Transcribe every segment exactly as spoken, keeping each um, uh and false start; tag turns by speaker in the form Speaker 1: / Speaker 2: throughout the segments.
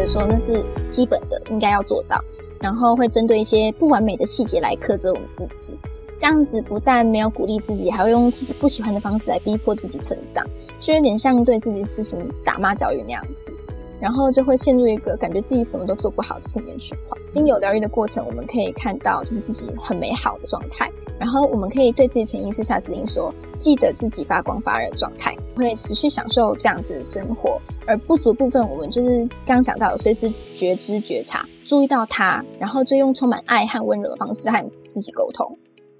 Speaker 1: 得说那是基本的，应该要做到，然后会针对一些不完美的细节来苛责我们自己。这样子不但没有鼓励自己，还会用自己不喜欢的方式来逼迫自己成长，就有点像对自己施行打骂教育那样子，然后就会陷入一个感觉自己什么都做不好的负面循环。经由疗愈的过程，我们可以看到就是自己很美好的状态，然后我们可以对自己潜意识下指令说，记得自己发光发热的状态，会持续享受这样子的生活。而不足的部分，我们就是刚刚讲到随时觉知觉察，注意到它，然后就用充满爱和温柔的方式和自己沟通。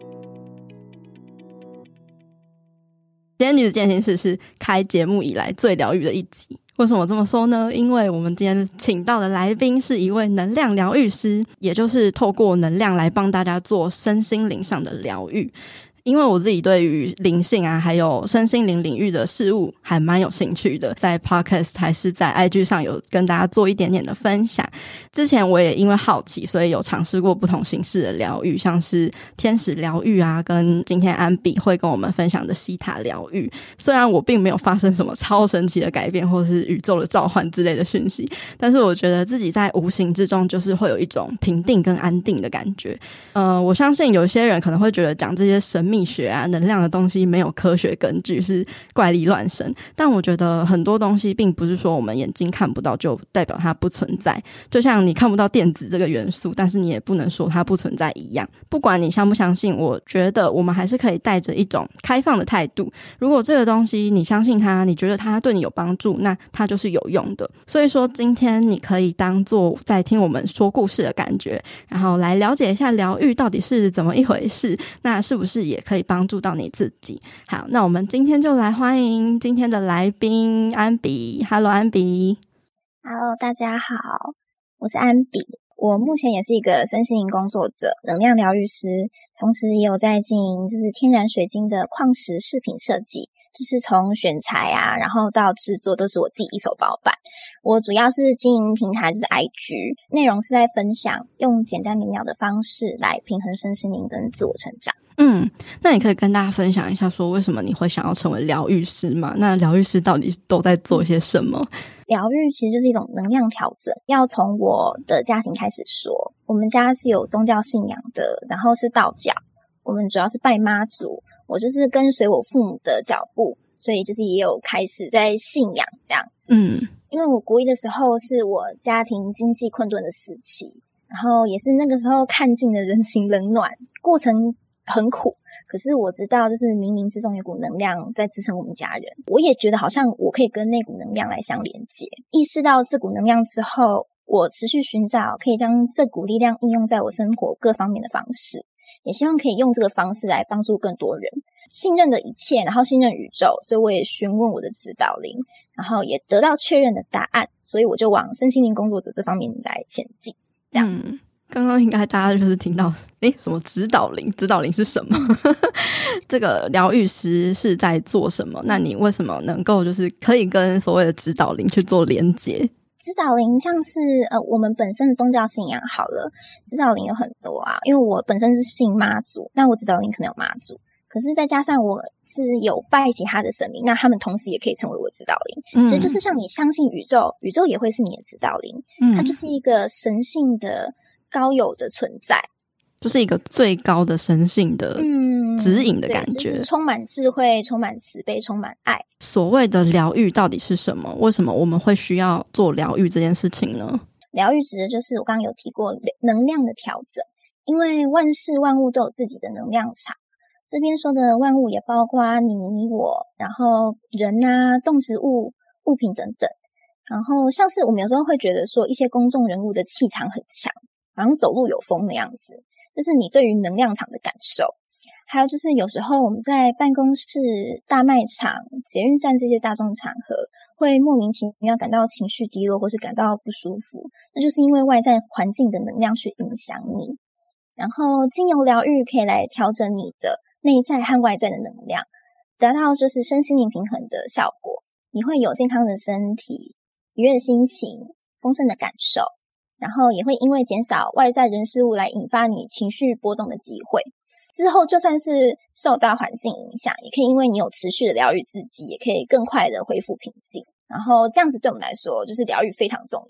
Speaker 2: 今天女子健心室是开节目以来最疗愈的一集。为什么这么说呢？因为我们今天请到的来宾是一位能量疗愈师，也就是透过能量来帮大家做身心灵上的疗愈。因为我自己对于灵性啊还有身心灵领域的事物还蛮有兴趣的，在 podcast 还是在 I G 上有跟大家做一点点的分享。之前我也因为好奇，所以有尝试过不同形式的疗愈，像是天使疗愈啊，跟今天安比会跟我们分享的西塔疗愈。虽然我并没有发生什么超神奇的改变或是宇宙的召唤之类的讯息，但是我觉得自己在无形之中就是会有一种平定跟安定的感觉。呃，我相信有些人可能会觉得讲这些神秘学啊能量的东西没有科学根据，是怪力乱神，但我觉得很多东西并不是说我们眼睛看不到就代表它不存在，就像你看不到电子这个元素，但是你也不能说它不存在一样。不管你相不相信，我觉得我们还是可以带着一种开放的态度，如果这个东西你相信它，你觉得它对你有帮助，那它就是有用的。所以说今天你可以当做在听我们说故事的感觉，然后来了解一下疗愈到底是怎么一回事，那是不是也可以帮助到你自己。好，那我们今天就来欢迎今天的来宾安比。 Hello 安比。
Speaker 1: Hello 大家好，我是安比，我目前也是一个身心灵工作者，能量疗愈师，同时也有在经营就是天然水晶的矿石饰品设计，就是从选材啊然后到制作都是我自己一手包办。我主要是经营平台就是 I G， 内容是在分享用简单明了的方式来平衡身心灵跟自我成长。
Speaker 2: 嗯，那你可以跟大家分享一下说为什么你会想要成为疗愈师吗？那疗愈师到底都在做些什么？
Speaker 1: 疗愈其实就是一种能量调整，要从我的家庭开始说。我们家是有宗教信仰的，然后是道教，我们主要是拜妈祖，我就是跟随我父母的脚步，所以就是也有开始在信仰这样子。嗯，因为我国一的时候是我家庭经济困顿的时期，然后也是那个时候看尽了人情冷暖，过程很苦，可是我知道就是冥冥之中有股能量在支撑我们家人，我也觉得好像我可以跟那股能量来相连接。意识到这股能量之后，我持续寻找可以将这股力量应用在我生活各方面的方式，也希望可以用这个方式来帮助更多人。信任的一切，然后信任宇宙，所以我也询问我的指导灵，然后也得到确认的答案，所以我就往身心灵工作者这方面在前进这样子。嗯，
Speaker 2: 刚刚应该大家就是听到诶什么指导灵，指导灵是什么？这个疗愈师是在做什么？那你为什么能够就是可以跟所谓的指导灵去做连结？
Speaker 1: 指导灵像是呃我们本身的宗教信仰好了，指导灵有很多啊，因为我本身是信妈祖，那我指导灵可能有妈祖，可是再加上我是有拜其他的神明，那他们同时也可以成为我指导灵。嗯，其实就是像你相信宇宙，宇宙也会是你的指导灵。嗯，它就是一个神性的高有的存在，
Speaker 2: 就是一个最高的神性的指引的感觉，
Speaker 1: 嗯，就是充满智慧，充满慈悲，充满爱。
Speaker 2: 所谓的疗愈到底是什么？为什么我们会需要做疗愈这件事情呢？
Speaker 1: 疗愈指的就是我刚刚有提过能量的调整，因为万事万物都有自己的能量场，这边说的万物也包括你我，然后人啊、动植物、物品等等。然后像是我们有时候会觉得说一些公众人物的气场很强，好像走路有风的样子，就是你对于能量场的感受。还有就是有时候我们在办公室、大卖场、捷运站这些大众场合会莫名其妙感到情绪低落或是感到不舒服，那就是因为外在环境的能量去影响你。然后精油疗愈可以来调整你的内在和外在的能量，达到就是身心灵平衡的效果。你会有健康的身体、愉悦的心情、丰盛的感受，然后也会因为减少外在人事物来引发你情绪波动的机会。之后就算是受到环境影响，也可以因为你有持续的疗愈自己，也可以更快的恢复平静。然后这样子对我们来说就是疗愈非常重要，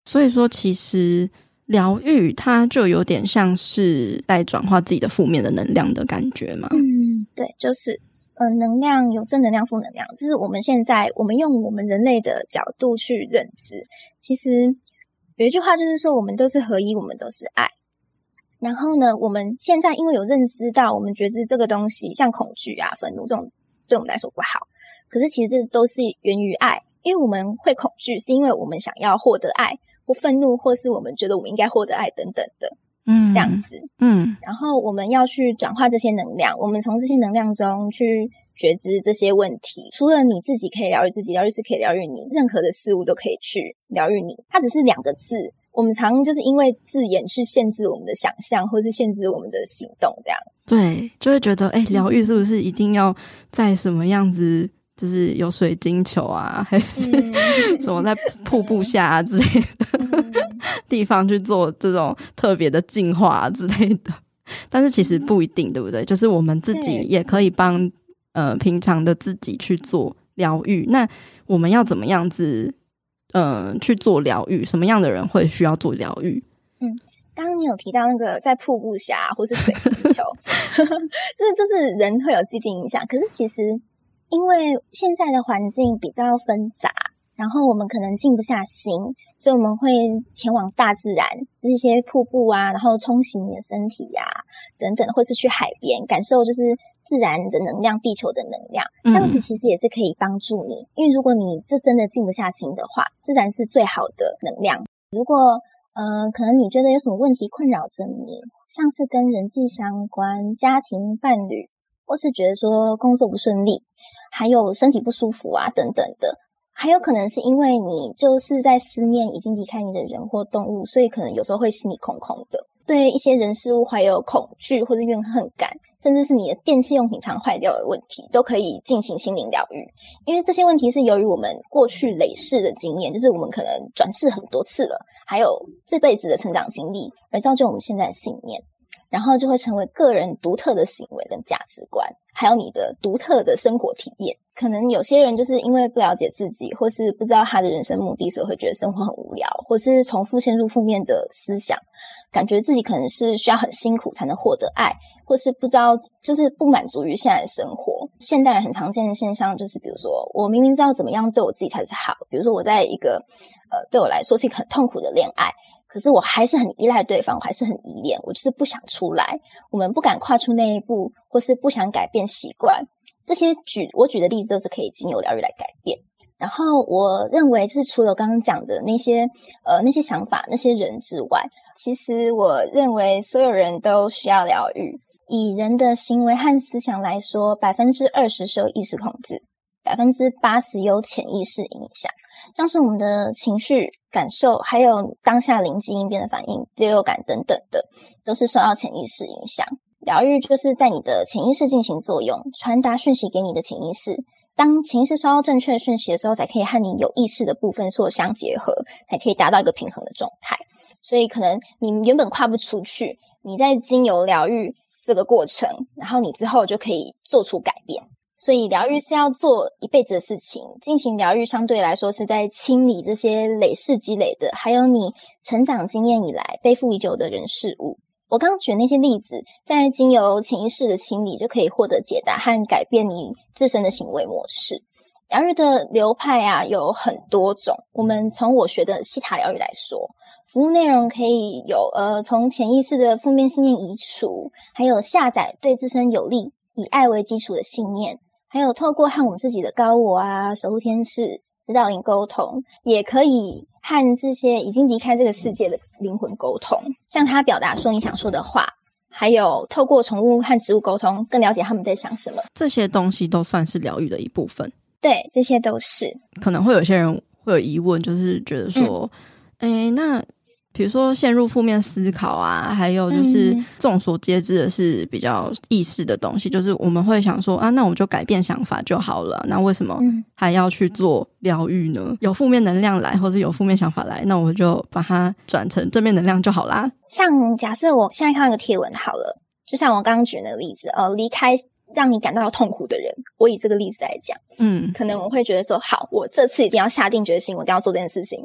Speaker 2: 所以说其实疗愈它就有点像是在转化自己的负面的能量的感觉嘛。
Speaker 1: 嗯，对，就是呃，能量有正能量负能量，这是我们现在我们用我们人类的角度去认知。其实有一句话就是说我们都是合一，我们都是爱。然后呢，我们现在因为有认知到，我们觉知这个东西像恐惧啊愤怒这种对我们来说不好，可是其实这都是源于爱。因为我们会恐惧是因为我们想要获得爱，或愤怒，或是我们觉得我们应该获得爱等等的，嗯，这样子，嗯，然后我们要去转化这些能量，我们从这些能量中去觉知这些问题。除了你自己可以疗愈自己，疗愈师可以疗愈你，任何的事物都可以去疗愈你。它只是两个字，我们常就是因为字眼去限制我们的想象，或是限制我们的行动，这样子。
Speaker 2: 对，就会觉得哎，疗愈是不是一定要在什么样子？就是有水晶球啊，还是什么在瀑布下啊之类的、嗯、地方去做这种特别的净化、啊、之类的，但是其实不一定，对不对？就是我们自己也可以帮呃平常的自己去做疗愈。那我们要怎么样子呃去做疗愈？什么样的人会需要做疗愈？
Speaker 1: 嗯。刚刚你有提到那个在瀑布下或是水晶球这就是人会有既定印象，可是其实因为现在的环境比较纷杂，然后我们可能静不下心，所以我们会前往大自然，就是一些瀑布啊，然后冲洗你的身体啊等等，或是去海边感受就是自然的能量，地球的能量，这样子其实也是可以帮助你、嗯、因为如果你就真的静不下心的话，自然是最好的能量。如果呃，可能你觉得有什么问题困扰着你，像是跟人际相关、家庭、伴侣，或是觉得说工作不顺利，还有身体不舒服啊等等的，还有可能是因为你就是在思念已经离开你的人或动物，所以可能有时候会心里空空的，对一些人事物怀有恐惧或者怨恨感，甚至是你的电器用品常坏掉的问题，都可以进行心灵疗愈。因为这些问题是由于我们过去累世的经验，就是我们可能转世很多次了，还有这辈子的成长经历，而造就我们现在的信念，然后就会成为个人独特的行为跟价值观，还有你的独特的生活体验。可能有些人就是因为不了解自己，或是不知道他的人生目的，所以会觉得生活很无聊，或是重复陷入负面的思想，感觉自己可能是需要很辛苦才能获得爱，或是不知道就是不满足于现在的生活。现代人很常见的现象就是比如说我明明知道怎么样对我自己才是好，比如说我在一个呃对我来说是一个很痛苦的恋爱，可是我还是很依赖对方，我还是很依恋，我就是不想出来，我们不敢跨出那一步，或是不想改变习惯。这些举我举的例子都是可以经由疗愈来改变。然后我认为是除了我刚刚讲的那些呃那些想法那些人之外，其实我认为所有人都需要疗愈。以人的行为和思想来说， 百分之二十 是由意识控制， 百分之八十 由潜意识影响，像是我们的情绪感受，还有当下灵机应变的反应、第六感等等的，都是受到潜意识影响。疗愈就是在你的潜意识进行作用，传达讯息给你的潜意识，当潜意识收到正确的讯息的时候，才可以和你有意识的部分所相结合，才可以达到一个平衡的状态。所以可能你原本跨不出去，你在经由疗愈这个过程，然后你之后就可以做出改变。所以疗愈是要做一辈子的事情，进行疗愈相对来说是在清理这些累世积累的，还有你成长经验以来背负已久的人事物。我刚刚举的那些例子，在经由潜意识的清理就可以获得解答和改变你自身的行为模式。疗愈的流派啊有很多种，我们从我学的西塔疗愈来说，服务内容可以有呃从潜意识的负面信念移除，还有下载对自身有利以爱为基础的信念，还有透过和我们自己的高我啊守护天使指导灵沟通，也可以和这些已经离开这个世界的灵魂沟通，向他表达说你想说的话，还有透过宠物和植物沟通，更了解他们在想什么。
Speaker 2: 这些东西都算是疗愈的一部分。
Speaker 1: 对，这些都是。
Speaker 2: 可能会有些人会有疑问，就是觉得说诶、嗯、那比如说陷入负面思考啊，还有就是众所皆知的是比较意识的东西、嗯、就是我们会想说啊，那我们就改变想法就好了，那为什么还要去做疗愈呢、嗯、有负面能量来或是有负面想法来，那我就把它转成正面能量就好啦。
Speaker 1: 像假设我现在看到一个贴文好了，就像我刚刚举那个例子呃，离开让你感到痛苦的人，我以这个例子来讲，嗯，可能我会觉得说好，我这次一定要下定决心，我一定要做这件事情。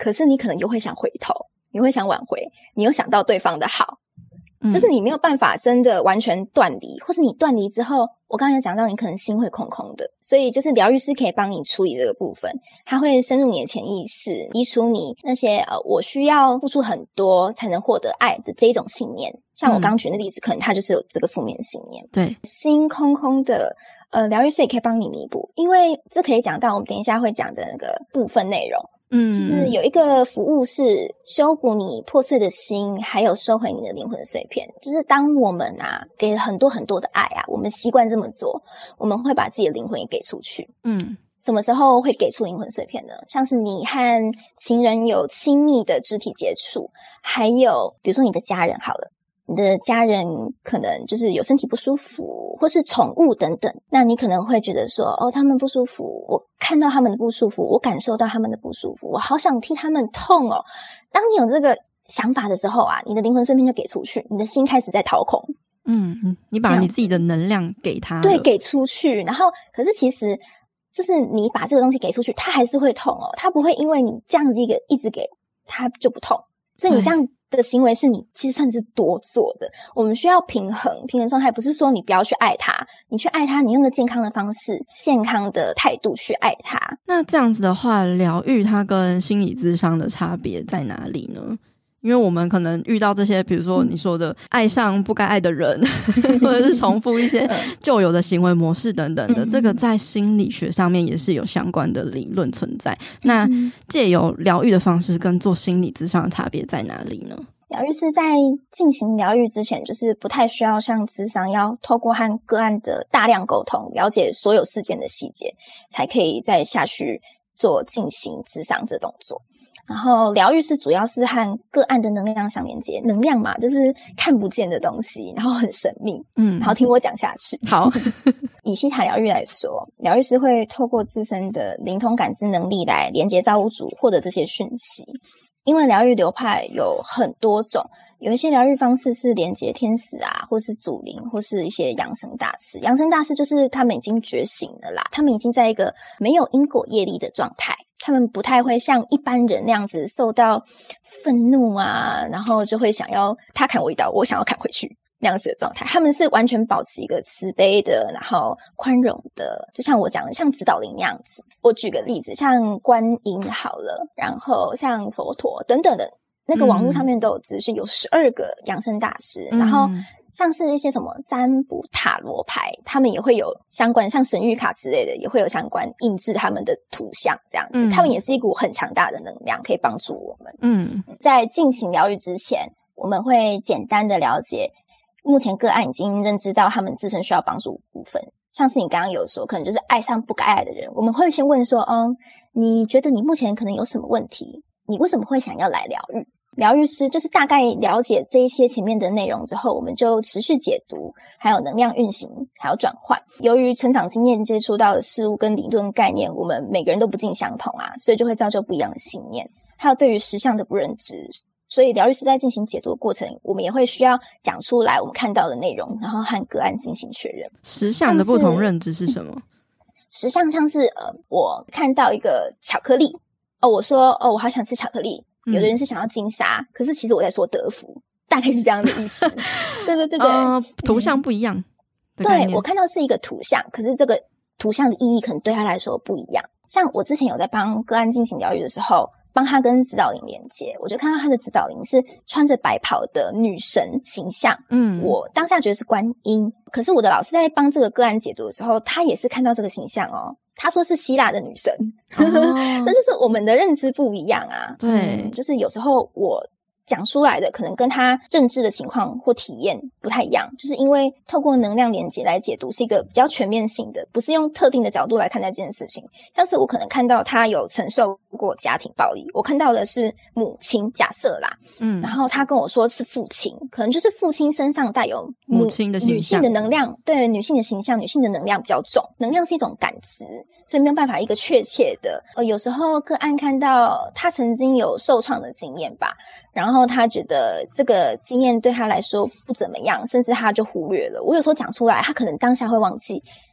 Speaker 1: 可是你可能又会想回头，你会想挽回，你又想到对方的好，嗯、就是你没有办法真的完全断离，或是你断离之后，我刚才有讲到你可能心会空空的，所以就是疗愈师可以帮你处理这个部分，他会深入你的潜意识，移除你那些呃我需要付出很多才能获得爱的这一种信念。像我刚刚举的例子、嗯、可能他就是有这个负面信念。
Speaker 2: 对，
Speaker 1: 心空空的呃疗愈师也可以帮你弥补，因为这可以讲到我们等一下会讲的那个部分内容。嗯，就是有一个服务是修补你破碎的心，还有收回你的灵魂的碎片。就是当我们啊给了很多很多的爱啊，我们习惯这么做，我们会把自己的灵魂也给出去。嗯，什么时候会给出灵魂碎片呢？像是你和情人有亲密的肢体接触，还有比如说你的家人好了，你的家人可能就是有身体不舒服，或是宠物等等，那你可能会觉得说，哦，他们不舒服，我看到他们的不舒服，我感受到他们的不舒服，我好想替他们痛哦。当你有这个想法的时候啊，你的灵魂碎片就给出去，你的心开始在掏空。
Speaker 2: 嗯，你把你自己的能量给他了，
Speaker 1: 对，给出去。然后可是其实就是你把这个东西给出去，他还是会痛哦，他不会因为你这样子一个一直给他就不痛，所以你这样的行为是你其实算是多做的。我们需要平衡，平衡状态不是说你不要去爱他，你去爱他，你用个健康的方式，健康的态度去爱他。
Speaker 2: 那这样子的话，疗愈它跟心理咨商的差别在哪里呢？因为我们可能遇到这些比如说你说的、嗯、爱上不该爱的人或者是重复一些旧有的行为模式等等的、嗯、这个在心理学上面也是有相关的理论存在。那藉由疗愈的方式跟做心理咨商的差别在哪里呢？
Speaker 1: 疗愈师在进行疗愈之前，就是不太需要像咨商要透过和个案的大量沟通，了解所有事件的细节，才可以再下去做进行咨商这动作。然后疗愈师主要是和个案的能量相连接，能量嘛，就是看不见的东西，然后很神秘。嗯，然后听我讲下去。
Speaker 2: 好，
Speaker 1: 以西塔疗愈来说，疗愈师会透过自身的灵通感知能力来连接造物主，获得这些讯息。因为疗愈流派有很多种，有一些疗愈方式是连接天使啊，或是祖灵，或是一些养生大师。养生大师就是他们已经觉醒了啦，他们已经在一个没有因果业力的状态，他们不太会像一般人那样子受到愤怒啊，然后就会想要他砍我一刀，我想要砍回去那样子的状态。他们是完全保持一个慈悲的，然后宽容的，就像我讲的像指导灵那样子。我举个例子，像观音好了，然后像佛陀等等的，那个网络上面都有资讯、嗯、有十二个养生大师、嗯、然后像是一些什么占卜塔罗牌，他们也会有相关，像神谕卡之类的也会有相关印制他们的图像这样子、嗯、他们也是一股很强大的能量，可以帮助我们。嗯，在进行疗愈之前，我们会简单的了解目前个案已经认知到他们自身需要帮助部分，像是你刚刚有说可能就是爱上不该爱的人，我们会先问说哦，你觉得你目前可能有什么问题，你为什么会想要来疗愈。疗愈师就是大概了解这一些前面的内容之后，我们就持续解读，还有能量运行，还有转换。由于成长经验接触到的事物跟理论概念，我们每个人都不尽相同啊，所以就会造就不一样的信念，还有对于实相的不认知。所以疗愈师在进行解读的过程，我们也会需要讲出来我们看到的内容，然后和个案进行确认。
Speaker 2: 实相的不同认知是什么？
Speaker 1: 实相像是呃，我看到一个巧克力，哦，我说哦，我好想吃巧克力。有的人是想要金沙、嗯、可是其实我在说德芙，大概是这样的意思。对对对对、
Speaker 2: 呃、图像不一样、嗯、
Speaker 1: 对，我看到是一个图像，可是这个图像的意义可能对他来说不一样。像我之前有在帮个案进行疗愈的时候，帮他跟指导灵连接，我就看到他的指导灵是穿着白袍的女神形象，嗯，我当下觉得是观音，可是我的老师在帮这个个案解读的时候，他也是看到这个形象哦，他说是希腊的女神。哦、这就是我们的认知不一样啊。
Speaker 2: 对、
Speaker 1: 嗯，就是有时候我讲出来的可能跟他认知的情况或体验不太一样，就是因为透过能量连接来解读是一个比较全面性的，不是用特定的角度来看待这件事情。像是我可能看到他有承受过家庭暴力，我看到的是母亲，假设啦，嗯，然后他跟我说是父亲，可能就是父亲身上带有
Speaker 2: 母亲的形象，
Speaker 1: 女性的能量，对，女性的形象，女性的能量比较重，能量是一种感知，所以没有办法一个确切的。呃，有时候个案看到他曾经有受创的经验吧，然后他觉得这个经验对他来说不怎么样，甚至他就忽略了。我有时候讲出来，他可能当下会忘记，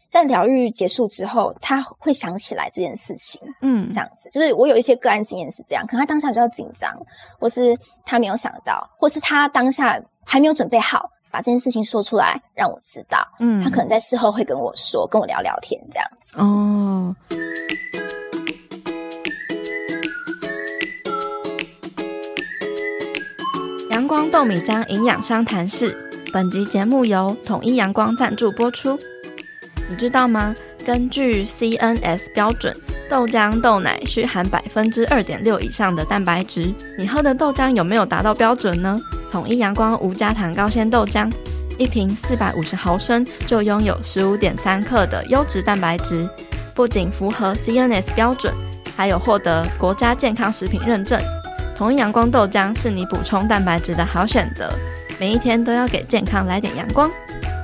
Speaker 1: 在疗愈结束之后，他会想起来这件事情。
Speaker 2: 嗯，
Speaker 1: 这样子，就是我有一些个案经验是这样，可能他当下比较紧张，或是他没有想到，或是他当下还没有准备好把这件事情说出来让我知道。嗯，他可能在事后会跟我说，跟我聊聊天这样子。
Speaker 2: 哦。阳光豆米浆营养商谈室，本集节目由统一阳光赞助播出。你知道吗？根据 C N S 标准，豆浆豆奶需含 百分之二点六 以上的蛋白质。你喝的豆浆有没有达到标准呢？统一阳光无加糖高纤豆浆，一瓶四百五十毫升就拥有 十五点三 克的优质蛋白质，不仅符合 C N S 标准，还有获得国家健康食品认证。统一阳光豆浆是你补充蛋白质的好选择，每一天都要给健康来点阳光。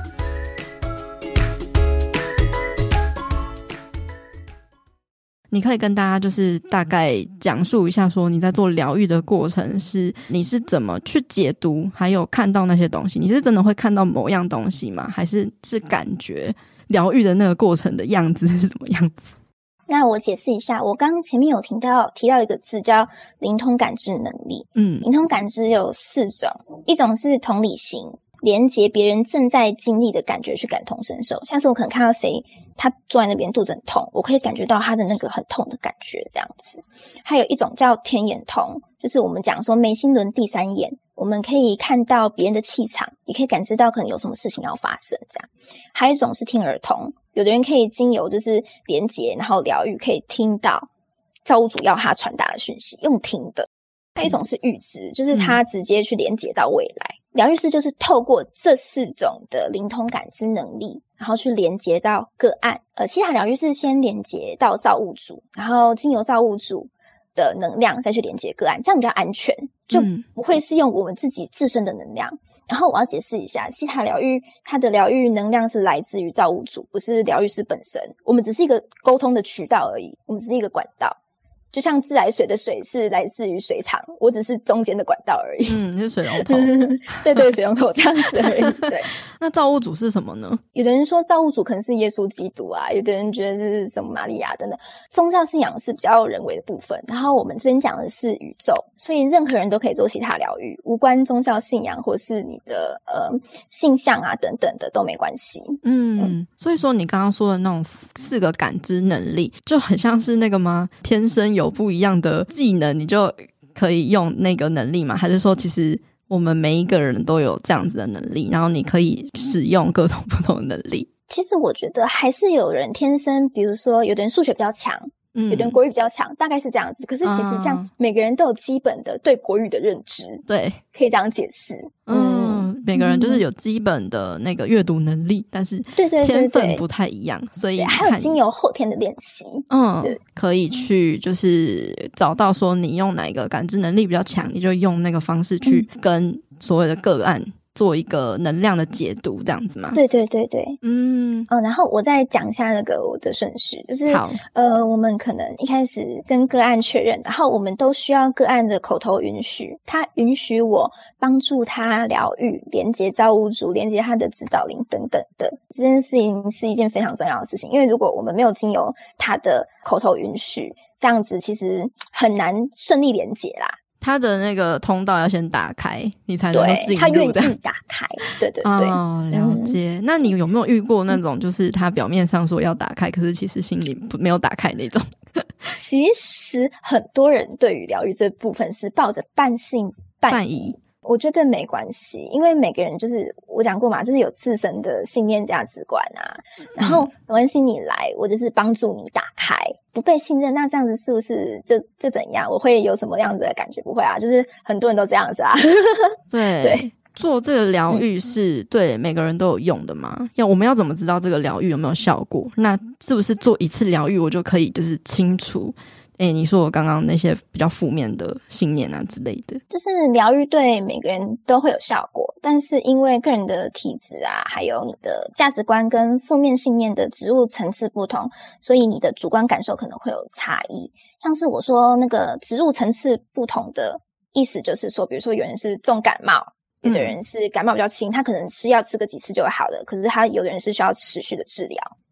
Speaker 2: 你可以跟大家就是大概讲述一下说你在做疗愈的过程是你是怎么去解读还有看到那些东西，你是真的会看到某样东西吗？还是是感觉疗愈的那个过程的样子是什么样子？
Speaker 1: 那我解释一下，我刚刚前面有提到提到一个字叫灵通感知能力。嗯，灵通感知有四种，一种是同理心，连结别人正在经历的感觉去感同身受，像是我可能看到谁他坐在那边肚子很痛，我可以感觉到他的那个很痛的感觉这样子。还有一种叫天眼通，就是我们讲说眉心轮第三眼，我们可以看到别人的气场，也可以感知到可能有什么事情要发生这样。还有一种是听耳通，有的人可以经由就是连结然后疗愈，可以听到造物主要他传达的讯息，用听的。还有一种是预知，就是他直接去连结到未来。疗愈师就是透过这四种的灵通感知能力，然后去连结到个案。呃，西塔疗愈是先连结到造物主，然后经由造物主的能量再去连结个案，这样比较安全，就不会是用我们自己自身的能量。嗯、然后我要解释一下，西塔疗愈它的疗愈能量是来自于造物主，不是疗愈师本身。我们只是一个沟通的渠道而已，我们只是一个管道。就像自来水的水是来自于水厂，我只是中间的管道而已。
Speaker 2: 嗯，你是水龙头。
Speaker 1: 对对，水龙头这样子而已。对。
Speaker 2: 那造物主是什么呢？
Speaker 1: 有的人说造物主可能是耶稣基督啊，有的人觉得是什么玛利亚等等。宗教信仰是比较人为的部分，然后我们这边讲的是宇宙，所以任何人都可以做西塔疗愈，无关宗教信仰或是你的呃性向啊等等的都没关系。
Speaker 2: 嗯, 嗯所以说你刚刚说的那种四个感知能力就很像是那个吗？天生有不一样的技能你就可以用那个能力吗？还是说其实我们每一个人都有这样子的能力，然后你可以使用各种不同的能力？
Speaker 1: 其实我觉得还是有人天生，比如说有的人数学比较强，嗯，有的人国语比较强，大概是这样子。可是其实像每个人都有基本的对国语的认知，对，可以这样解释。
Speaker 2: 嗯，嗯每个人就是有基本的那个阅读能力，嗯、但是
Speaker 1: 对对对
Speaker 2: 天分不太一样，所以
Speaker 1: 还有经由后天的练习，
Speaker 2: 嗯，可以去就是找到说你用哪一个感知能力比较强，你就用那个方式去跟所谓的个案做一个能量的解读，这样子吗？
Speaker 1: 对对对对，嗯，哦，然后我再讲一下那个我的顺序，就是呃，我们可能一开始跟个案确认，然后我们都需要个案的口头允许，他允许我帮助他疗愈、连接造物主、连接他的指导灵等等的，这件事情是一件非常重要的事情，因为如果我们没有经由他的口头允许，这样子其实很难顺利连接啦。
Speaker 2: 他的那个通道要先打开，你才能够进入的。
Speaker 1: 他愿意打开，对对对。
Speaker 2: 哦，了解。嗯、那你有没有遇过那种，就是他表面上说要打开，可是其实心里没有打开那种？
Speaker 1: 其实很多人对于疗愈这部分是抱着半信半疑。我觉得没关系，因为每个人就是我讲过嘛，就是有自身的信念价值观啊。然后没关系，你来，我就是帮助你打开。不被信任，那这样子是不是就就怎样？我会有什么样子的感觉？不会啊，就是很多人都这样子啊。
Speaker 2: 对对，做这个疗愈是、嗯、对每个人都有用的吗？要我们要怎么知道这个疗愈有没有效果？那是不是做一次疗愈我就可以就是清除？诶，你说我刚刚那些比较负面的信念啊之类的，
Speaker 1: 就是疗愈对每个人都会有效果，但是因为个人的体质啊，还有你的价值观跟负面信念的植入层次不同，所以你的主观感受可能会有差异。像是我说那个植入层次不同的意思，就是说，比如说有人是重感冒，有的人是感冒比较轻，他可能吃药吃个几次就会好了，可是他有的人是需要持续的治疗，这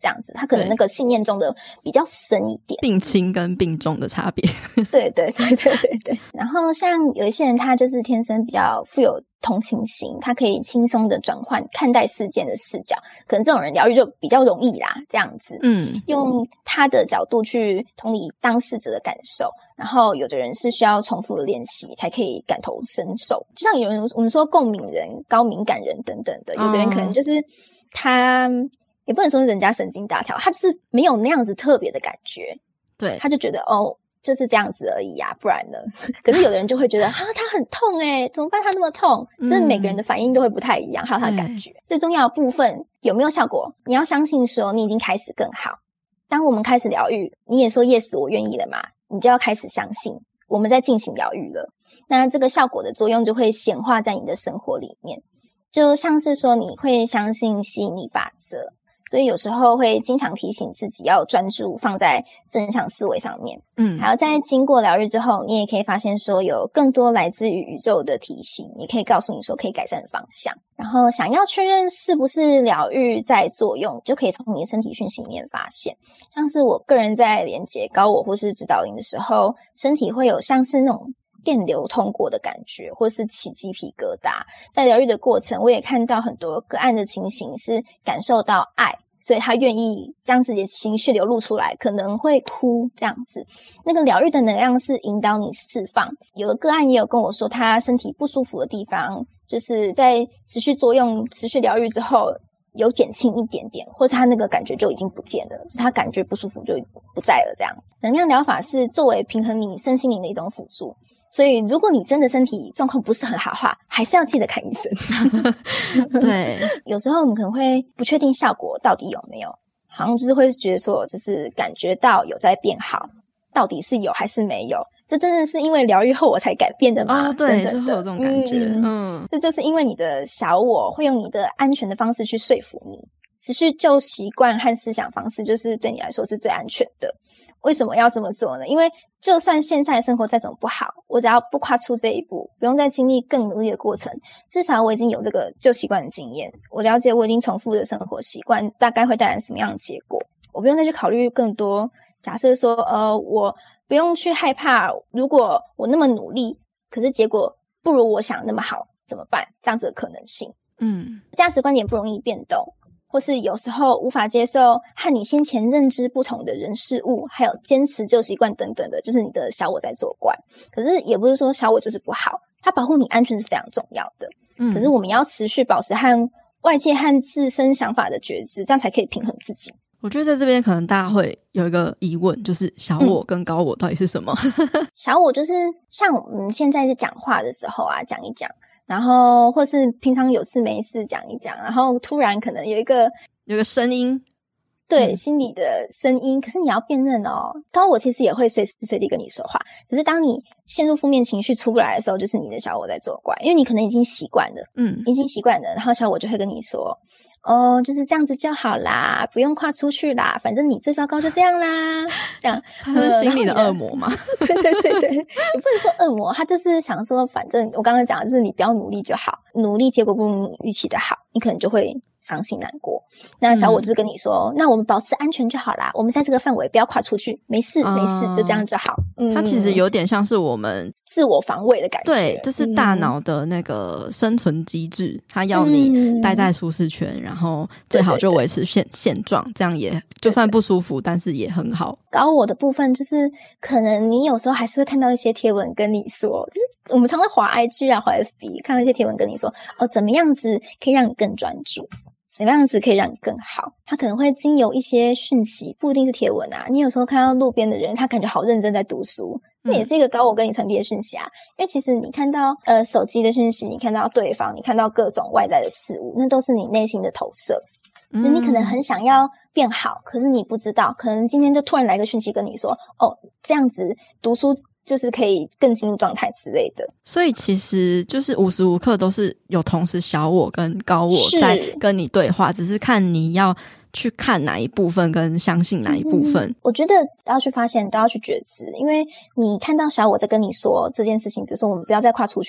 Speaker 1: 这样子，他可能那个信念中的比较深一点，
Speaker 2: 病轻跟病重的差别。
Speaker 1: 对对对对对对。然后像有一些人，他就是天生比较富有同情心，他可以轻松的转换看待事件的视角，可能这种人疗愈就比较容易啦，这样子，嗯，用他的角度去同理当事者的感受。然后有的人是需要重复的练习才可以感同身受，就像有人我们说共鸣人、高敏感人等等的，有的人可能就是他也不能说人家神经大条，他就是没有那样子特别的感觉，
Speaker 2: 对，
Speaker 1: 他就觉得哦就是这样子而已啊，不然呢？可是有的人就会觉得啊，他很痛诶，怎么办？他那么痛，就是每个人的反应都会不太一样，还有他的感觉。最重要的部分有没有效果？你要相信说你已经开始更好。当我们开始疗愈，你也说 yes 我愿意了嘛，你就要开始相信我们在进行疗愈了。那这个效果的作用就会显化在你的生活里面，就像是说你会相信吸引力法则。所以有时候会经常提醒自己要专注放在正向思维上面，嗯，还有在经过疗愈之后，你也可以发现说有更多来自于宇宙的提醒，也可以告诉你说可以改善的方向。然后想要确认是不是疗愈在作用，就可以从你的身体讯息里面发现，像是我个人在连接高我或是指导灵的时候，身体会有像是那种电流通过的感觉，或是起鸡皮疙瘩。在疗愈的过程，我也看到很多个案的情形是感受到爱，所以他愿意将自己的情绪流露出来，可能会哭这样子。那个疗愈的能量是引导你释放。有的个案也有跟我说，他身体不舒服的地方，就是在持续作用、持续疗愈之后，有减轻一点点，或是他那个感觉就已经不见了，就是他感觉不舒服就不在了这样子。能量疗法是作为平衡你身心灵的一种辅助，所以如果你真的身体状况不是很好的话，还是要记得看医生。
Speaker 2: 对，
Speaker 1: 有时候我们可能会不确定效果到底有没有，好像就是会觉得说就是感觉到有在变好，到底是有还是没有，这真的是因为疗愈后我才改变的吗？
Speaker 2: 哦，对，
Speaker 1: 是
Speaker 2: 会有这种感觉。嗯, 嗯，
Speaker 1: 这就是因为你的小我会用你的安全的方式去说服你，持续旧习惯和思想方式就是对你来说是最安全的。为什么要这么做呢？因为就算现在的生活再怎么不好，我只要不跨出这一步，不用再经历更努力的过程，至少我已经有这个旧习惯的经验，我了解我已经重复的生活习惯大概会带来什么样的结果，我不用再去考虑更多。假设说呃，我不用去害怕如果我那么努力，可是结果不如我想那么好怎么办，这样子的可能性。嗯，价值观点不容易变动，或是有时候无法接受和你先前认知不同的人事物，还有坚持旧习惯等等的，就是你的小我在作怪。可是也不是说小我就是不好，它保护你安全是非常重要的。嗯，可是我们要持续保持和外界和自身想法的觉知，这样才可以平衡自己。
Speaker 2: 我觉得在这边可能大家会有一个疑问，就是小我跟高我到底是什么？
Speaker 1: 嗯、小我就是像我们现在在讲话的时候啊，讲一讲，然后或是平常有事没事讲一讲，然后突然可能有一个
Speaker 2: 有个声音，
Speaker 1: 对、
Speaker 2: 嗯、
Speaker 1: 心里的声音，可是你要辨认哦。高我其实也会随时随地跟你说话，可是当你陷入负面情绪出不来的时候，就是你的小我在作怪，因为你可能已经习惯了，嗯，已经习惯了，然后小我就会跟你说哦，就是这样子就好啦，不用跨出去啦，反正你最糟糕就这样啦，这样
Speaker 2: 他是心里的恶魔嘛？
Speaker 1: 对对对对，也不能说恶魔，他就是想说，反正我刚刚讲的就是你不要努力就好，努力结果不如你预期的好，你可能就会伤心难过。那小我就是跟你说、嗯、那我们保持安全就好啦，我们在这个范围不要跨出去，没事、嗯、没事，就这样就好。嗯，
Speaker 2: 它其实有点像是我们
Speaker 1: 自我防卫的感觉，
Speaker 2: 对，就是大脑的那个生存机制，它要你待在舒适圈、嗯、然后最好就维持现对对对现状，这样也就算不舒服，但是也很好。
Speaker 1: 高我的部分就是可能你有时候还是会看到一些贴文跟你说，就是我们常常滑 I G 啊滑 F B 看到一些贴文跟你说哦，怎么样子可以让你更专注，怎么样子可以让你更好。他可能会经由一些讯息，不一定是贴文啊，你有时候看到路边的人他感觉好认真在读书，那也是一个高我跟你传递的讯息啊。因为其实你看到呃手机的讯息，你看到对方，你看到各种外在的事物，那都是你内心的投射。嗯、你可能很想要变好，可是你不知道，可能今天就突然来个讯息跟你说哦，这样子读书就是可以更进入状态之类的。
Speaker 2: 所以其实就是无时无刻都是有同时小我跟高我在跟你对话，只是看你要去看哪一部分跟相信哪一部分、嗯、
Speaker 1: 我觉得都要去发现，都要去觉知。因为你看到小我在跟你说这件事情，比如说我们不要再跨出去，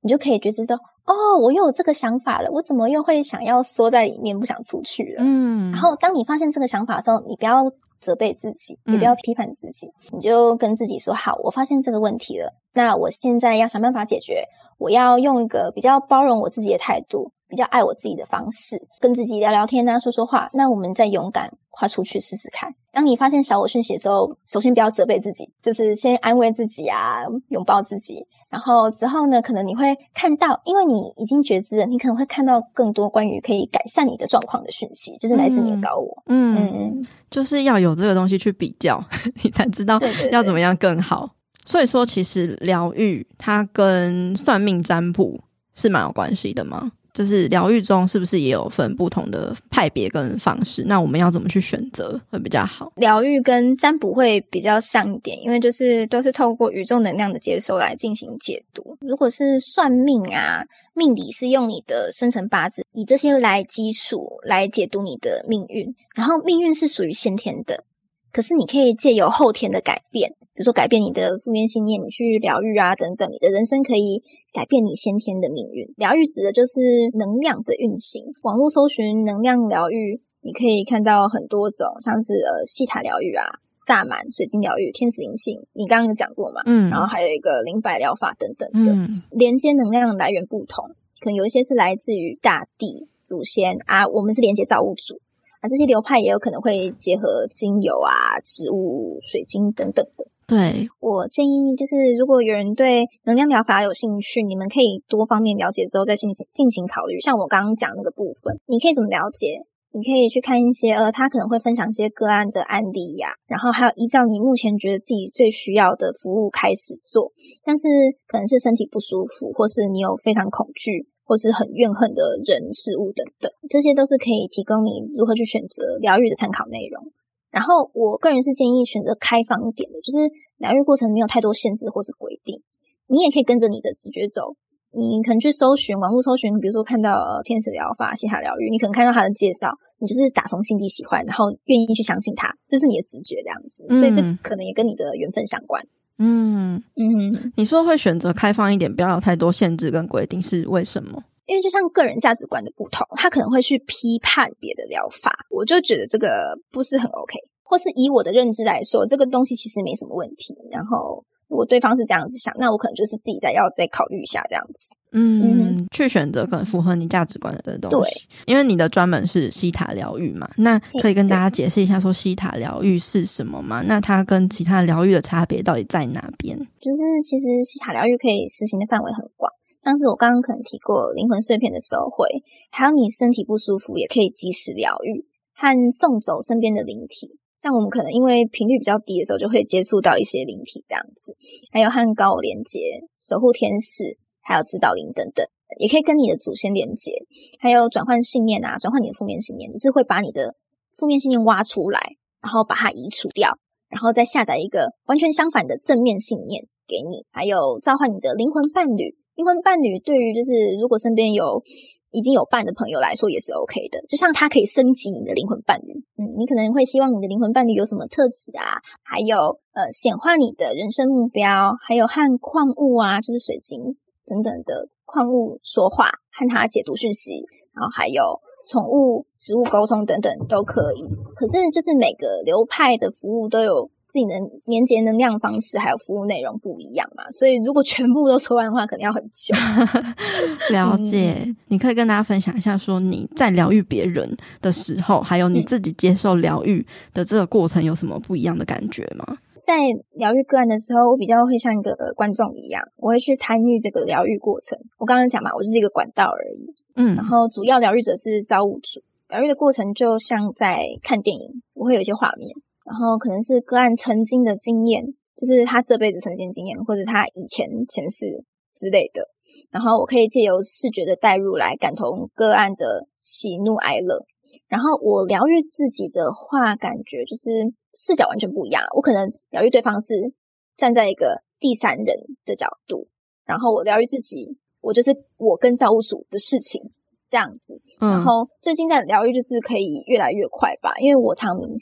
Speaker 1: 你就可以觉知到，哦，我又有这个想法了，我怎么又会想要缩在里面不想出去了。
Speaker 2: 嗯，
Speaker 1: 然后当你发现这个想法的时候，你不要责备自己，也不要批判自己，嗯，你就跟自己说，好，我发现这个问题了，那我现在要想办法解决，我要用一个比较包容我自己的态度，比较爱我自己的方式，跟自己聊聊天啊，说说话，那我们再勇敢跨出去试试看。当你发现小我讯息的时候，首先不要责备自己，就是先安慰自己啊，拥抱自己，然后之后呢，可能你会看到，因为你已经觉知了，你可能会看到更多关于可以改善你的状况的讯息，就是来自你的高我。
Speaker 2: 嗯 嗯, 嗯，就是要有这个东西去比较，你才知道要怎么样更好。对对对，所以说其实疗愈它跟算命占卜是蛮有关系的吗？就是疗愈中是不是也有分不同的派别跟方式，那我们要怎么去选择会比较好？
Speaker 1: 疗愈跟占卜会比较像一点，因为就是都是透过宇宙能量的接收来进行解读。如果是算命啊，命理是用你的生辰八字，以这些来基数来解读你的命运，然后命运是属于先天的，可是你可以借由后天的改变，比如说改变你的负面信念，你去疗愈啊等等，你的人生可以改变你先天的命运。疗愈指的就是能量的运行，网络搜寻能量疗愈，你可以看到很多种，像是呃西塔疗愈啊、萨满、水晶疗愈、天使灵性，你刚刚有讲过嘛，嗯，然后还有一个灵摆疗法等等的，嗯，连接能量的来源不同，可能有一些是来自于大地、祖先啊，我们是连接造物主啊，这些流派也有可能会结合精油啊、植物、水晶等等的。
Speaker 2: 对，
Speaker 1: 我建议就是如果有人对能量疗法有兴趣，你们可以多方面了解之后再进行进行考虑。像我刚刚讲那个部分，你可以怎么了解？你可以去看一些呃，他可能会分享一些个案的案例呀、啊，然后还有依照你目前觉得自己最需要的服务开始做。但是可能是身体不舒服，或是你有非常恐惧或是很怨恨的人事物等等，这些都是可以提供你如何去选择疗愈的参考内容。然后我个人是建议选择开放一点的，就是疗愈过程没有太多限制或是规定，你也可以跟着你的直觉走。你可能去搜寻网络搜寻，比如说看到、呃、天使疗法、西塔疗愈，你可能看到它的介绍，你就是打从心底喜欢，然后愿意去相信它，这是你的直觉这样子、嗯、所以这可能也跟你的缘分相关。
Speaker 2: 嗯嗯，你说会选择开放一点，不要有太多限制跟规定，是为什么？
Speaker 1: 因为就像个人价值观的不同，他可能会去批判别的疗法，我就觉得这个不是很 OK， 或是以我的认知来说，这个东西其实没什么问题，然后如果对方是这样子想，那我可能就是自己再要再考虑一下这样子。
Speaker 2: 嗯，嗯去选择可能符合你价值观的东西。对，因为你的专门是西塔疗愈嘛，那可以跟大家解释一下说西塔疗愈是什么吗？那它跟其他疗愈的差别到底在哪边？
Speaker 1: 就是其实西塔疗愈可以实行的范围很广，像是我刚刚可能提过灵魂碎片的收回，还有你身体不舒服也可以及时疗愈和送走身边的灵体，像我们可能因为频率比较低的时候就会接触到一些灵体这样子，还有和高我连接、守护天使，还有指导灵等等，也可以跟你的祖先连接，还有转换信念啊，转换你的负面信念，就是会把你的负面信念挖出来，然后把它移除掉，然后再下载一个完全相反的正面信念给你，还有召唤你的灵魂伴侣。灵魂伴侣对于就是如果身边有已经有伴的朋友来说也是 OK 的，就像它可以升级你的灵魂伴侣。嗯，你可能会希望你的灵魂伴侣有什么特质啊，还有呃显化你的人生目标，还有和矿物啊，就是水晶等等的矿物说话，和它解读讯息，然后还有宠物、植物沟通等等都可以。可是就是每个流派的服务都有自己的连结能量方式还有服务内容不一样嘛，所以如果全部都说完的话可能要很久。
Speaker 2: 了解、嗯、你可以跟大家分享一下说你在疗愈别人的时候还有你自己接受疗愈的这个过程有什么不一样的感觉吗？
Speaker 1: 在疗愈个案的时候，我比较会像一个观众一样，我会去参与这个疗愈过程。我刚刚讲嘛，我就是一个管道而已。嗯，然后主要疗愈者是造物主，疗愈的过程就像在看电影，我会有一些画面，然后可能是个案曾经的经验，就是他这辈子曾经经验，或者他以前前世之类的，然后我可以借由视觉的带入来感同个案的喜怒哀乐。然后我疗愈自己的话，感觉就是视角完全不一样，我可能疗愈对方是站在一个第三人的角度，然后我疗愈自己，我就是我跟造物主的事情这样子、嗯、然后最近在疗愈就是可以越来越快吧，因为我常冥想，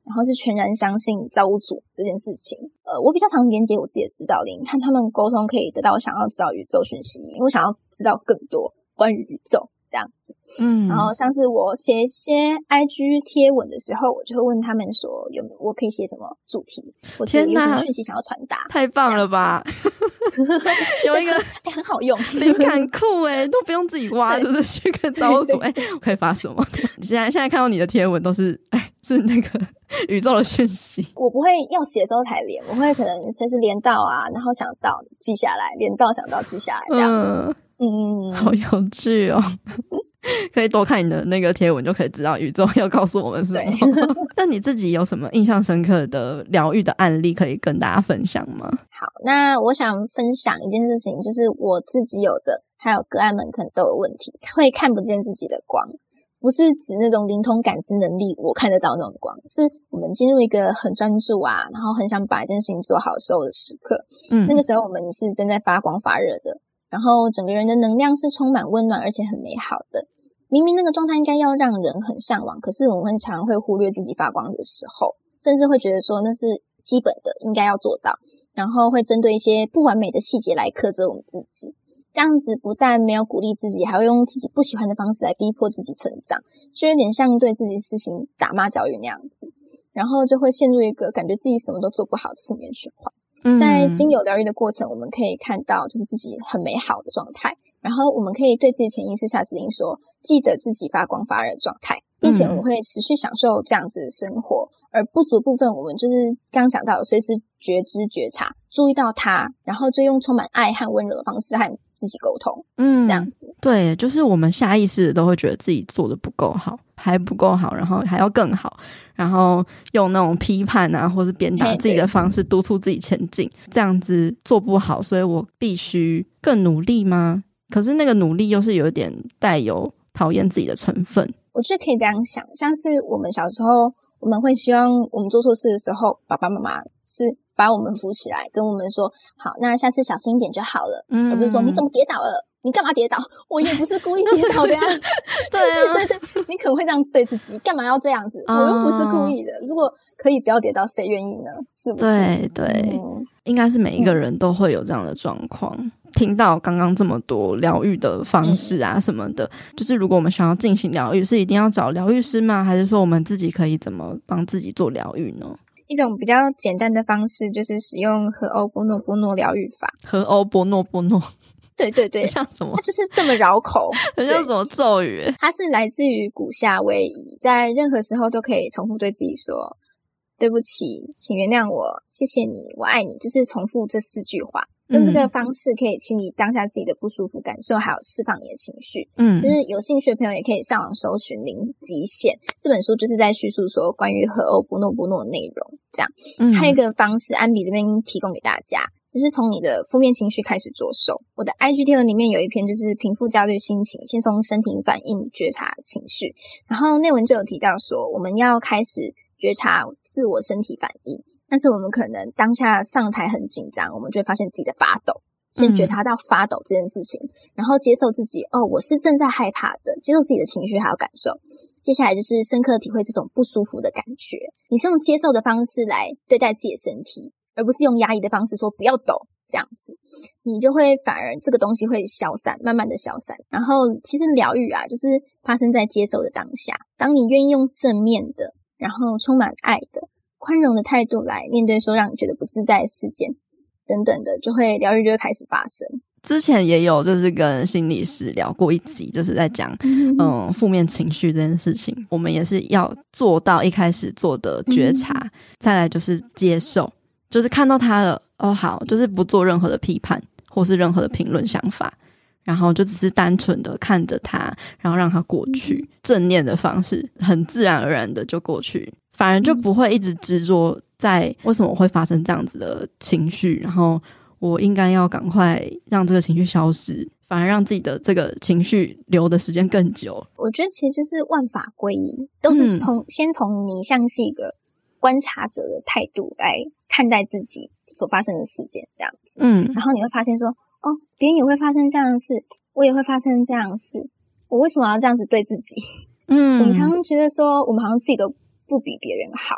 Speaker 1: 然后是全然相信造物主这件事情。呃，我比较常连接我自己的指导灵，和他们沟通，可以得到我想要知道宇宙讯息，因为我想要知道更多关于宇宙这样子。嗯，然后像是我写一些 I G 贴文的时候，我就会问他们说有我可以写什么主题，或是有什么讯息想要传达。太
Speaker 2: 棒了吧有一个、
Speaker 1: 欸、很好用
Speaker 2: 灵感库耶，都不用自己挖，就是去跟造物主哎，我可以发什么现在现在看到你的贴文都是哎，是那个宇宙的讯息。
Speaker 1: 我不会要写的时候才连，我会可能随时连到啊，然后想到记下来，连到想到记下来这样子。嗯嗯，
Speaker 2: 好有趣哦可以多看你的那个贴文，就可以知道宇宙要告诉我们什么那你自己有什么印象深刻的疗愈的案例可以跟大家分享吗？
Speaker 1: 好，那我想分享一件事情，就是我自己有的还有个案们可能都有问题，会看不见自己的光，不是指那种灵通感知能力我看得到那种光，是我们进入一个很专注啊，然后很想把一件事情做好时候的时刻。嗯，那个时候我们是正在发光发热的，然后整个人的能量是充满温暖而且很美好的。明明那个状态应该要让人很向往，可是我们常常会忽略自己发光的时候，甚至会觉得说那是基本的应该要做到，然后会针对一些不完美的细节来苛责我们自己。这样子不但没有鼓励自己，还会用自己不喜欢的方式来逼迫自己成长，就有点像对自己事情打骂教育那样子，然后就会陷入一个感觉自己什么都做不好的负面循环。嗯，在经由疗愈的过程，我们可以看到就是自己很美好的状态，然后我们可以对自己潜意识下指令说，记得自己发光发热的状态，并且我们会持续享受这样子的生活。而不足的部分，我们就是刚刚讲到的，随时觉知觉察，注意到它，然后就用充满爱和温柔的方式和自己沟通。嗯，这样子。
Speaker 2: 对，就是我们下意识的都会觉得自己做的不够好，还不够好，然后还要更好，然后用那种批判啊，或是鞭打自己的方式督促自己前进。这样子做不好，所以我必须更努力吗？可是那个努力又是有点带有讨厌自己的成分。
Speaker 1: 我觉得可以这样想，像是我们小时候，我们会希望我们做错事的时候，爸爸妈妈是把我们扶起来，跟我们说好，那下次小心一点就好了，嗯，而不是说你怎么跌倒了，你干嘛跌倒，我也不是故意跌倒的呀
Speaker 2: 对啊，
Speaker 1: 对对对，你可能会这样子对自己，你干嘛要这样子，我又不是故意的，如果可以不要跌倒，谁愿意呢？是不是？
Speaker 2: 对对、嗯、应该是每一个人都会有这样的状况、嗯，听到刚刚这么多疗愈的方式啊什么的、嗯、就是如果我们想要进行疗愈，是一定要找疗愈师吗？还是说我们自己可以怎么帮自己做疗愈呢？
Speaker 1: 一种比较简单的方式就是使用荷欧波诺波诺疗愈法。
Speaker 2: 荷欧波诺波诺，
Speaker 1: 对对对，
Speaker 2: 像什么？
Speaker 1: 它就是这么绕口，
Speaker 2: 很像什么咒语？
Speaker 1: 它是来自于古夏威夷，在任何时候都可以重复对自己说对不起，请原谅我，谢谢你，我爱你，就是重复这四句话。用这个方式可以清理当下自己的不舒服感受，还有释放你的情绪。嗯，就是有兴趣的朋友也可以上网搜寻零极限这本书，就是在叙述说关于荷欧波诺波诺的内容。这样，嗯，还有一个方式，安比这边提供给大家，就是从你的负面情绪开始着手。我的 I G 贴文里面有一篇就是平复焦虑心情，先从身体反应觉察情绪，然后内文就有提到说我们要开始觉察自我身体反应，但是我们可能当下上台很紧张，我们就会发现自己在发抖，先觉察到发抖这件事情、嗯、然后接受自己，哦，我是正在害怕的，接受自己的情绪还有感受。接下来就是深刻体会这种不舒服的感觉，你是用接受的方式来对待自己的身体，而不是用压抑的方式说不要抖，这样子你就会反而这个东西会消散，慢慢的消散。然后其实疗愈啊，就是发生在接受的当下，当你愿意用正面的然后充满爱的宽容的态度来面对说让你觉得不自在的事件等等的，就会疗愈就会开始发生。
Speaker 2: 之前也有就是跟心理师聊过一集，就是在讲嗯负面情绪这件事情，我们也是要做到一开始做的觉察、嗯、再来就是接受，就是看到他了，哦好，就是不做任何的批判或是任何的评论想法，然后就只是单纯的看着他，然后让他过去，正念的方式很自然而然的就过去，反而就不会一直执着在为什么会发生这样子的情绪，然后我应该要赶快让这个情绪消失，反而让自己的这个情绪留的时间更久。我
Speaker 1: 觉得其实就是万法归一，都是从、嗯、先从你像是一个观察者的态度来看待自己所发生的事件这样子，嗯，然后你会发现说哦，别人也会发生这样的事，我也会发生这样的事，我为什么要这样子对自己？嗯，我们常常觉得说我们好像自己都不比别人好，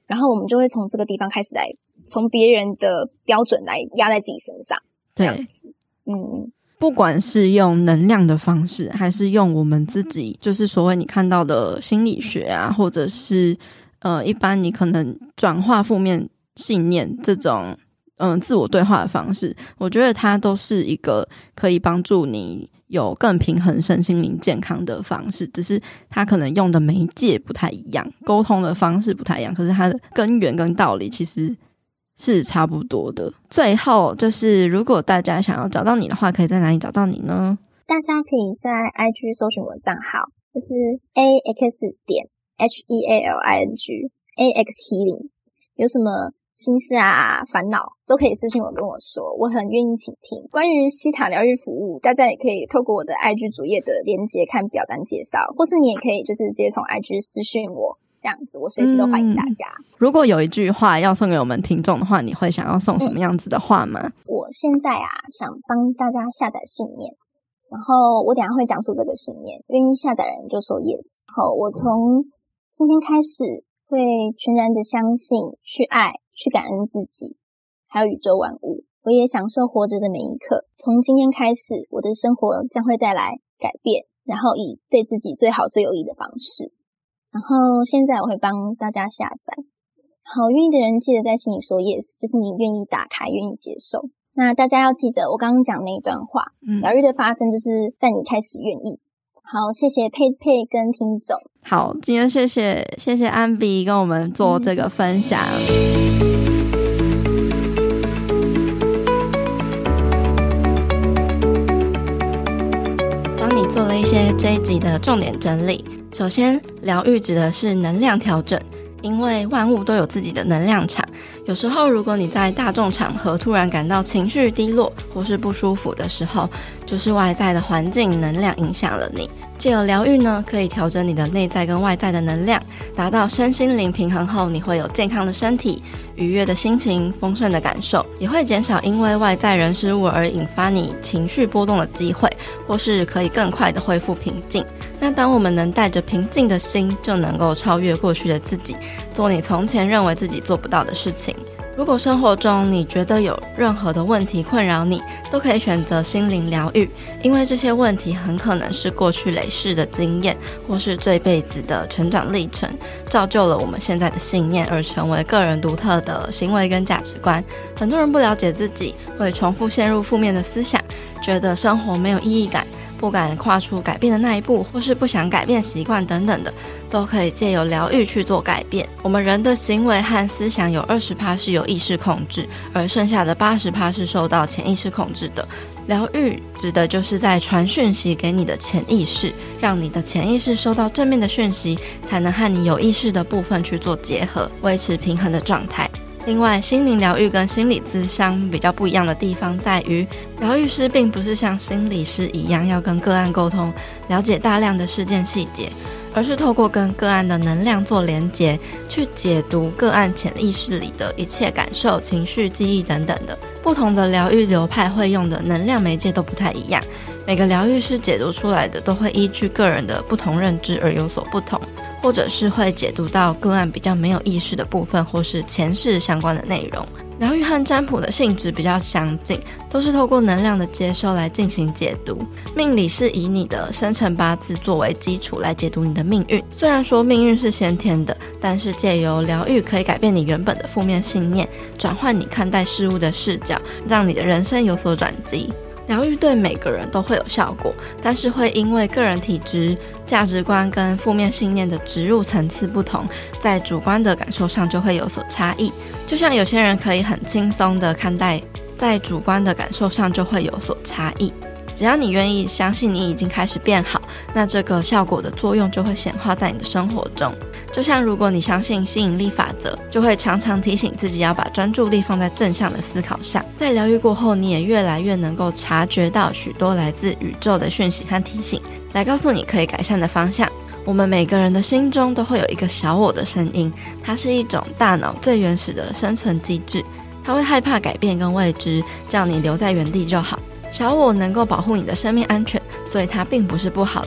Speaker 1: 然后我们就会从这个地方开始来，从别人的标准来压在自己身上，这样子。嗯，
Speaker 2: 不管是用能量的方式，还是用我们自己，就是所谓你看到的心理学啊，或者是呃，一般你可能转化负面信念这种嗯自我对话的方式，我觉得它都是一个可以帮助你有更平衡身心灵健康的方式，只是它可能用的媒介不太一样，沟通的方式不太一样，可是它的根源跟道理其实是差不多的。最后就是如果大家想要找到你的话，可以在哪里找到你呢？
Speaker 1: 大家可以在 I G 搜寻我的账号，就是 A X 点 H E A L I N G A X Healing， 有什么心事啊烦恼都可以私信我跟我说，我很愿意倾听。关于西塔疗愈服务，大家也可以透过我的 I G 主页的连结看表单介绍，或是你也可以就是直接从 I G 私讯我，这样子我随时都欢迎大家、嗯、
Speaker 2: 如果有一句话要送给我们听众的话，你会想要送什么样子的话吗？
Speaker 1: 嗯、我现在啊想帮大家下载信念，然后我等一下会讲述这个信念，愿意下载的人就说 yes。 好，我从今天开始会全然的相信，去爱，去感恩自己还有宇宙万物，我也享受活着的每一刻。从今天开始，我的生活将会带来改变，然后以对自己最好最有益的方式。然后现在我会帮大家下载，好，愿意的人记得在心里说 yes， 就是你愿意打开，愿意接受。那大家要记得我刚刚讲那一段话，疗愈的发生就是在你开始愿意。好，谢谢佩佩跟听众。
Speaker 2: 好，今天谢谢谢谢安比跟我们做这个分享、嗯、帮你做了一些这一集的重点整理。首先，疗愈指的是能量调整，因为万物都有自己的能量场，有时候如果你在大众场合突然感到情绪低落或是不舒服的时候，就是外在的环境能量影响了你。藉由疗愈呢，可以调整你的内在跟外在的能量，达到身心灵平衡后，你会有健康的身体、愉悦的心情、丰盛的感受，也会减少因为外在人事物而引发你情绪波动的机会，或是可以更快的恢复平静。那当我们能带着平静的心，就能够超越过去的自己，做你从前认为自己做不到的事情。如果生活中你觉得有任何的问题困扰你，都可以选择心灵疗愈，因为这些问题很可能是过去累世的经验，或是这一辈子的成长历程，造就了我们现在的信念，而成为个人独特的行为跟价值观。很多人不了解自己，会重复陷入负面的思想，觉得生活没有意义感，不敢跨出改变的那一步，或是不想改变习惯等等的，都可以借由疗愈去做改变。我们人的行为和思想有 百分之二十 是由意识控制，而剩下的 百分之八十 是受到潜意识控制的。疗愈指的就是在传讯息给你的潜意识，让你的潜意识收到正面的讯息，才能和你有意识的部分去做结合，维持平衡的状态。另外，心灵疗愈跟心理咨商比较不一样的地方在于，疗愈师并不是像心理师一样要跟个案沟通，了解大量的事件细节，而是透过跟个案的能量做连结，去解读个案潜意识里的一切感受、情绪、记忆等等的。不同的疗愈流派会用的能量媒介都不太一样，每个疗愈师解读出来的都会依据个人的不同认知而有所不同，或者是会解读到个案比较没有意识的部分，或是前世相关的内容。疗愈和占卜的性质比较相近，都是透过能量的接收来进行解读。命理是以你的生辰八字作为基础来解读你的命运，虽然说命运是先天的，但是借由疗愈可以改变你原本的负面信念，转换你看待事物的视角，让你的人生有所转机。疗愈对每个人都会有效果，但是会因为个人体质、价值观跟负面信念的植入层次不同，在主观的感受上就会有所差异。就像有些人可以很轻松的看待，在主观的感受上就会有所差异。只要你愿意相信你已经开始变好，那这个效果的作用就会显化在你的生活中。就像如果你相信吸引力法则，就会常常提醒自己要把专注力放在正向的思考上。在疗愈过后，你也越来越能够察觉到许多来自宇宙的讯息和提醒，来告诉你可以改善的方向。我们每个人的心中都会有一个小我的声音，它是一种大脑最原始的生存机制，它会害怕改变跟未知，叫你留在原地就好。小我能够保护你的生命安全，所以它并不是不好的。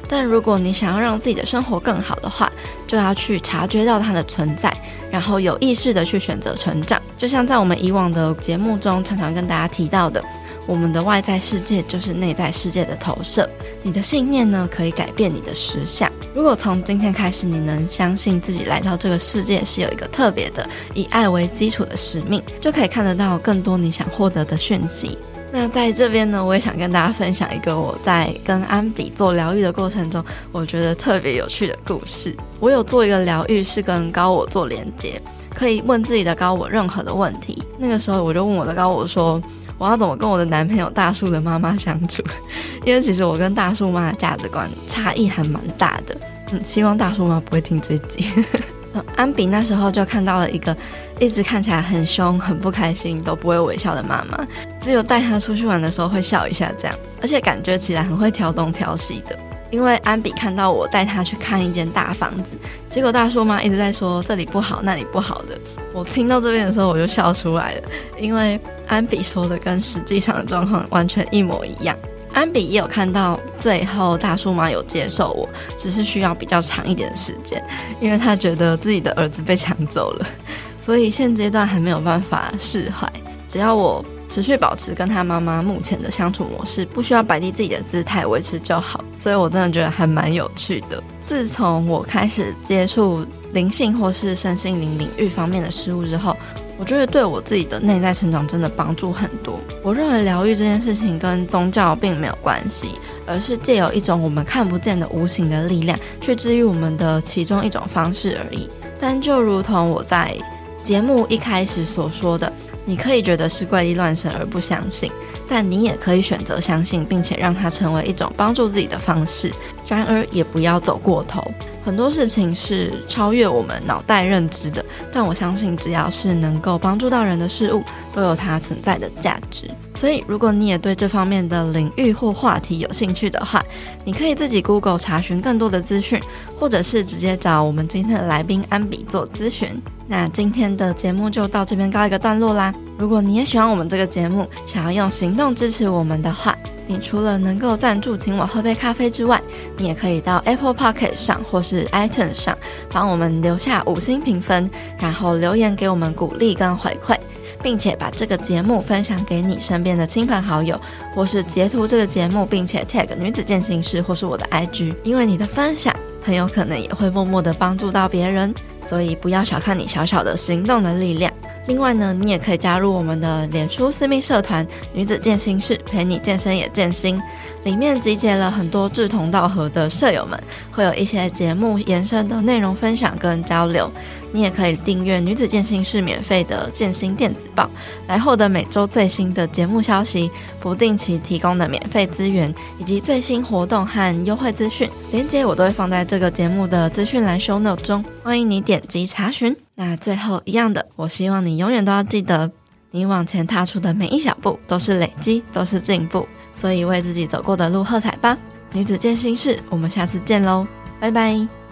Speaker 2: 但如果你想要让自己的生活更好的话，就要去察觉到它的存在，然后有意识的去选择成长。就像在我们以往的节目中常常跟大家提到的，我们的外在世界就是内在世界的投射，你的信念呢，可以改变你的实相。如果从今天开始你能相信自己来到这个世界是有一个特别的以爱为基础的使命，就可以看得到更多你想获得的讯息。那在这边呢，我也想跟大家分享一个我在跟安比做疗愈的过程中我觉得特别有趣的故事。我有做一个疗愈是跟高我做连接，可以问自己的高我任何的问题。那个时候我就问我的高我说，我要怎么跟我的男朋友大树的妈妈相处，因为其实我跟大树妈的价值观差异还蛮大的。嗯，希望大树妈不会听这一集。安比那时候就看到了一个一直看起来很凶很不开心都不会微笑的妈妈，只有带她出去玩的时候会笑一下这样，而且感觉起来很会挑东挑西的。因为安比看到我带她去看一间大房子，结果大树妈一直在说这里不好那里不好的，我听到这边的时候我就笑出来了，因为安比说的跟实际上的状况完全一模一样。安比也有看到最后大树妈有接受我，只是需要比较长一点的时间，因为她觉得自己的儿子被抢走了，所以现阶段还没有办法释怀。只要我持续保持跟他妈妈目前的相处模式，不需要摆低自己的姿态维持就好，所以我真的觉得还蛮有趣的。自从我开始接触灵性或是身心灵领域方面的事物之后，我觉得对我自己的内在成长真的帮助很多。我认为疗愈这件事情跟宗教并没有关系，而是借由一种我们看不见的无形的力量去治愈我们的其中一种方式而已。但就如同我在节目一开始所说的，你可以觉得是怪力乱神而不相信，但你也可以选择相信，并且让它成为一种帮助自己的方式。然而也不要走过头，很多事情是超越我们脑袋认知的，但我相信只要是能够帮助到人的事物都有它存在的价值。所以如果你也对这方面的领域或话题有兴趣的话，你可以自己 Google 查询更多的资讯，或者是直接找我们今天的来宾安比做咨询。那今天的节目就到这边告一个段落啦。如果你也喜欢我们这个节目，想要用行动支持我们的话，你除了能够赞助请我喝杯咖啡之外，你也可以到 Apple Podcast 上或是 iTunes 上帮我们留下五星评分，然后留言给我们鼓励跟回馈，并且把这个节目分享给你身边的亲朋好友，或是截图这个节目并且 tag 女子健心室或是我的 I G， 因为你的分享很有可能也会默默的帮助到别人，所以不要小看你小小的行动的力量。另外呢，你也可以加入我们的脸书私密社团女子健心室，陪你健身也健心，里面集结了很多志同道合的舍友们，会有一些节目延伸的内容分享跟交流。你也可以订阅女子健心室免费的健心电子报，来获得每周最新的节目消息、不定期提供的免费资源以及最新活动和优惠资讯，连结我都会放在这个节目的资讯栏 show note 中，欢迎你点击查询。那最后一样的，我希望你永远都要记得，你往前踏出的每一小步都是累积，都是进步，所以为自己走过的路喝彩吧。女子健心室，我们下次见咯，拜拜。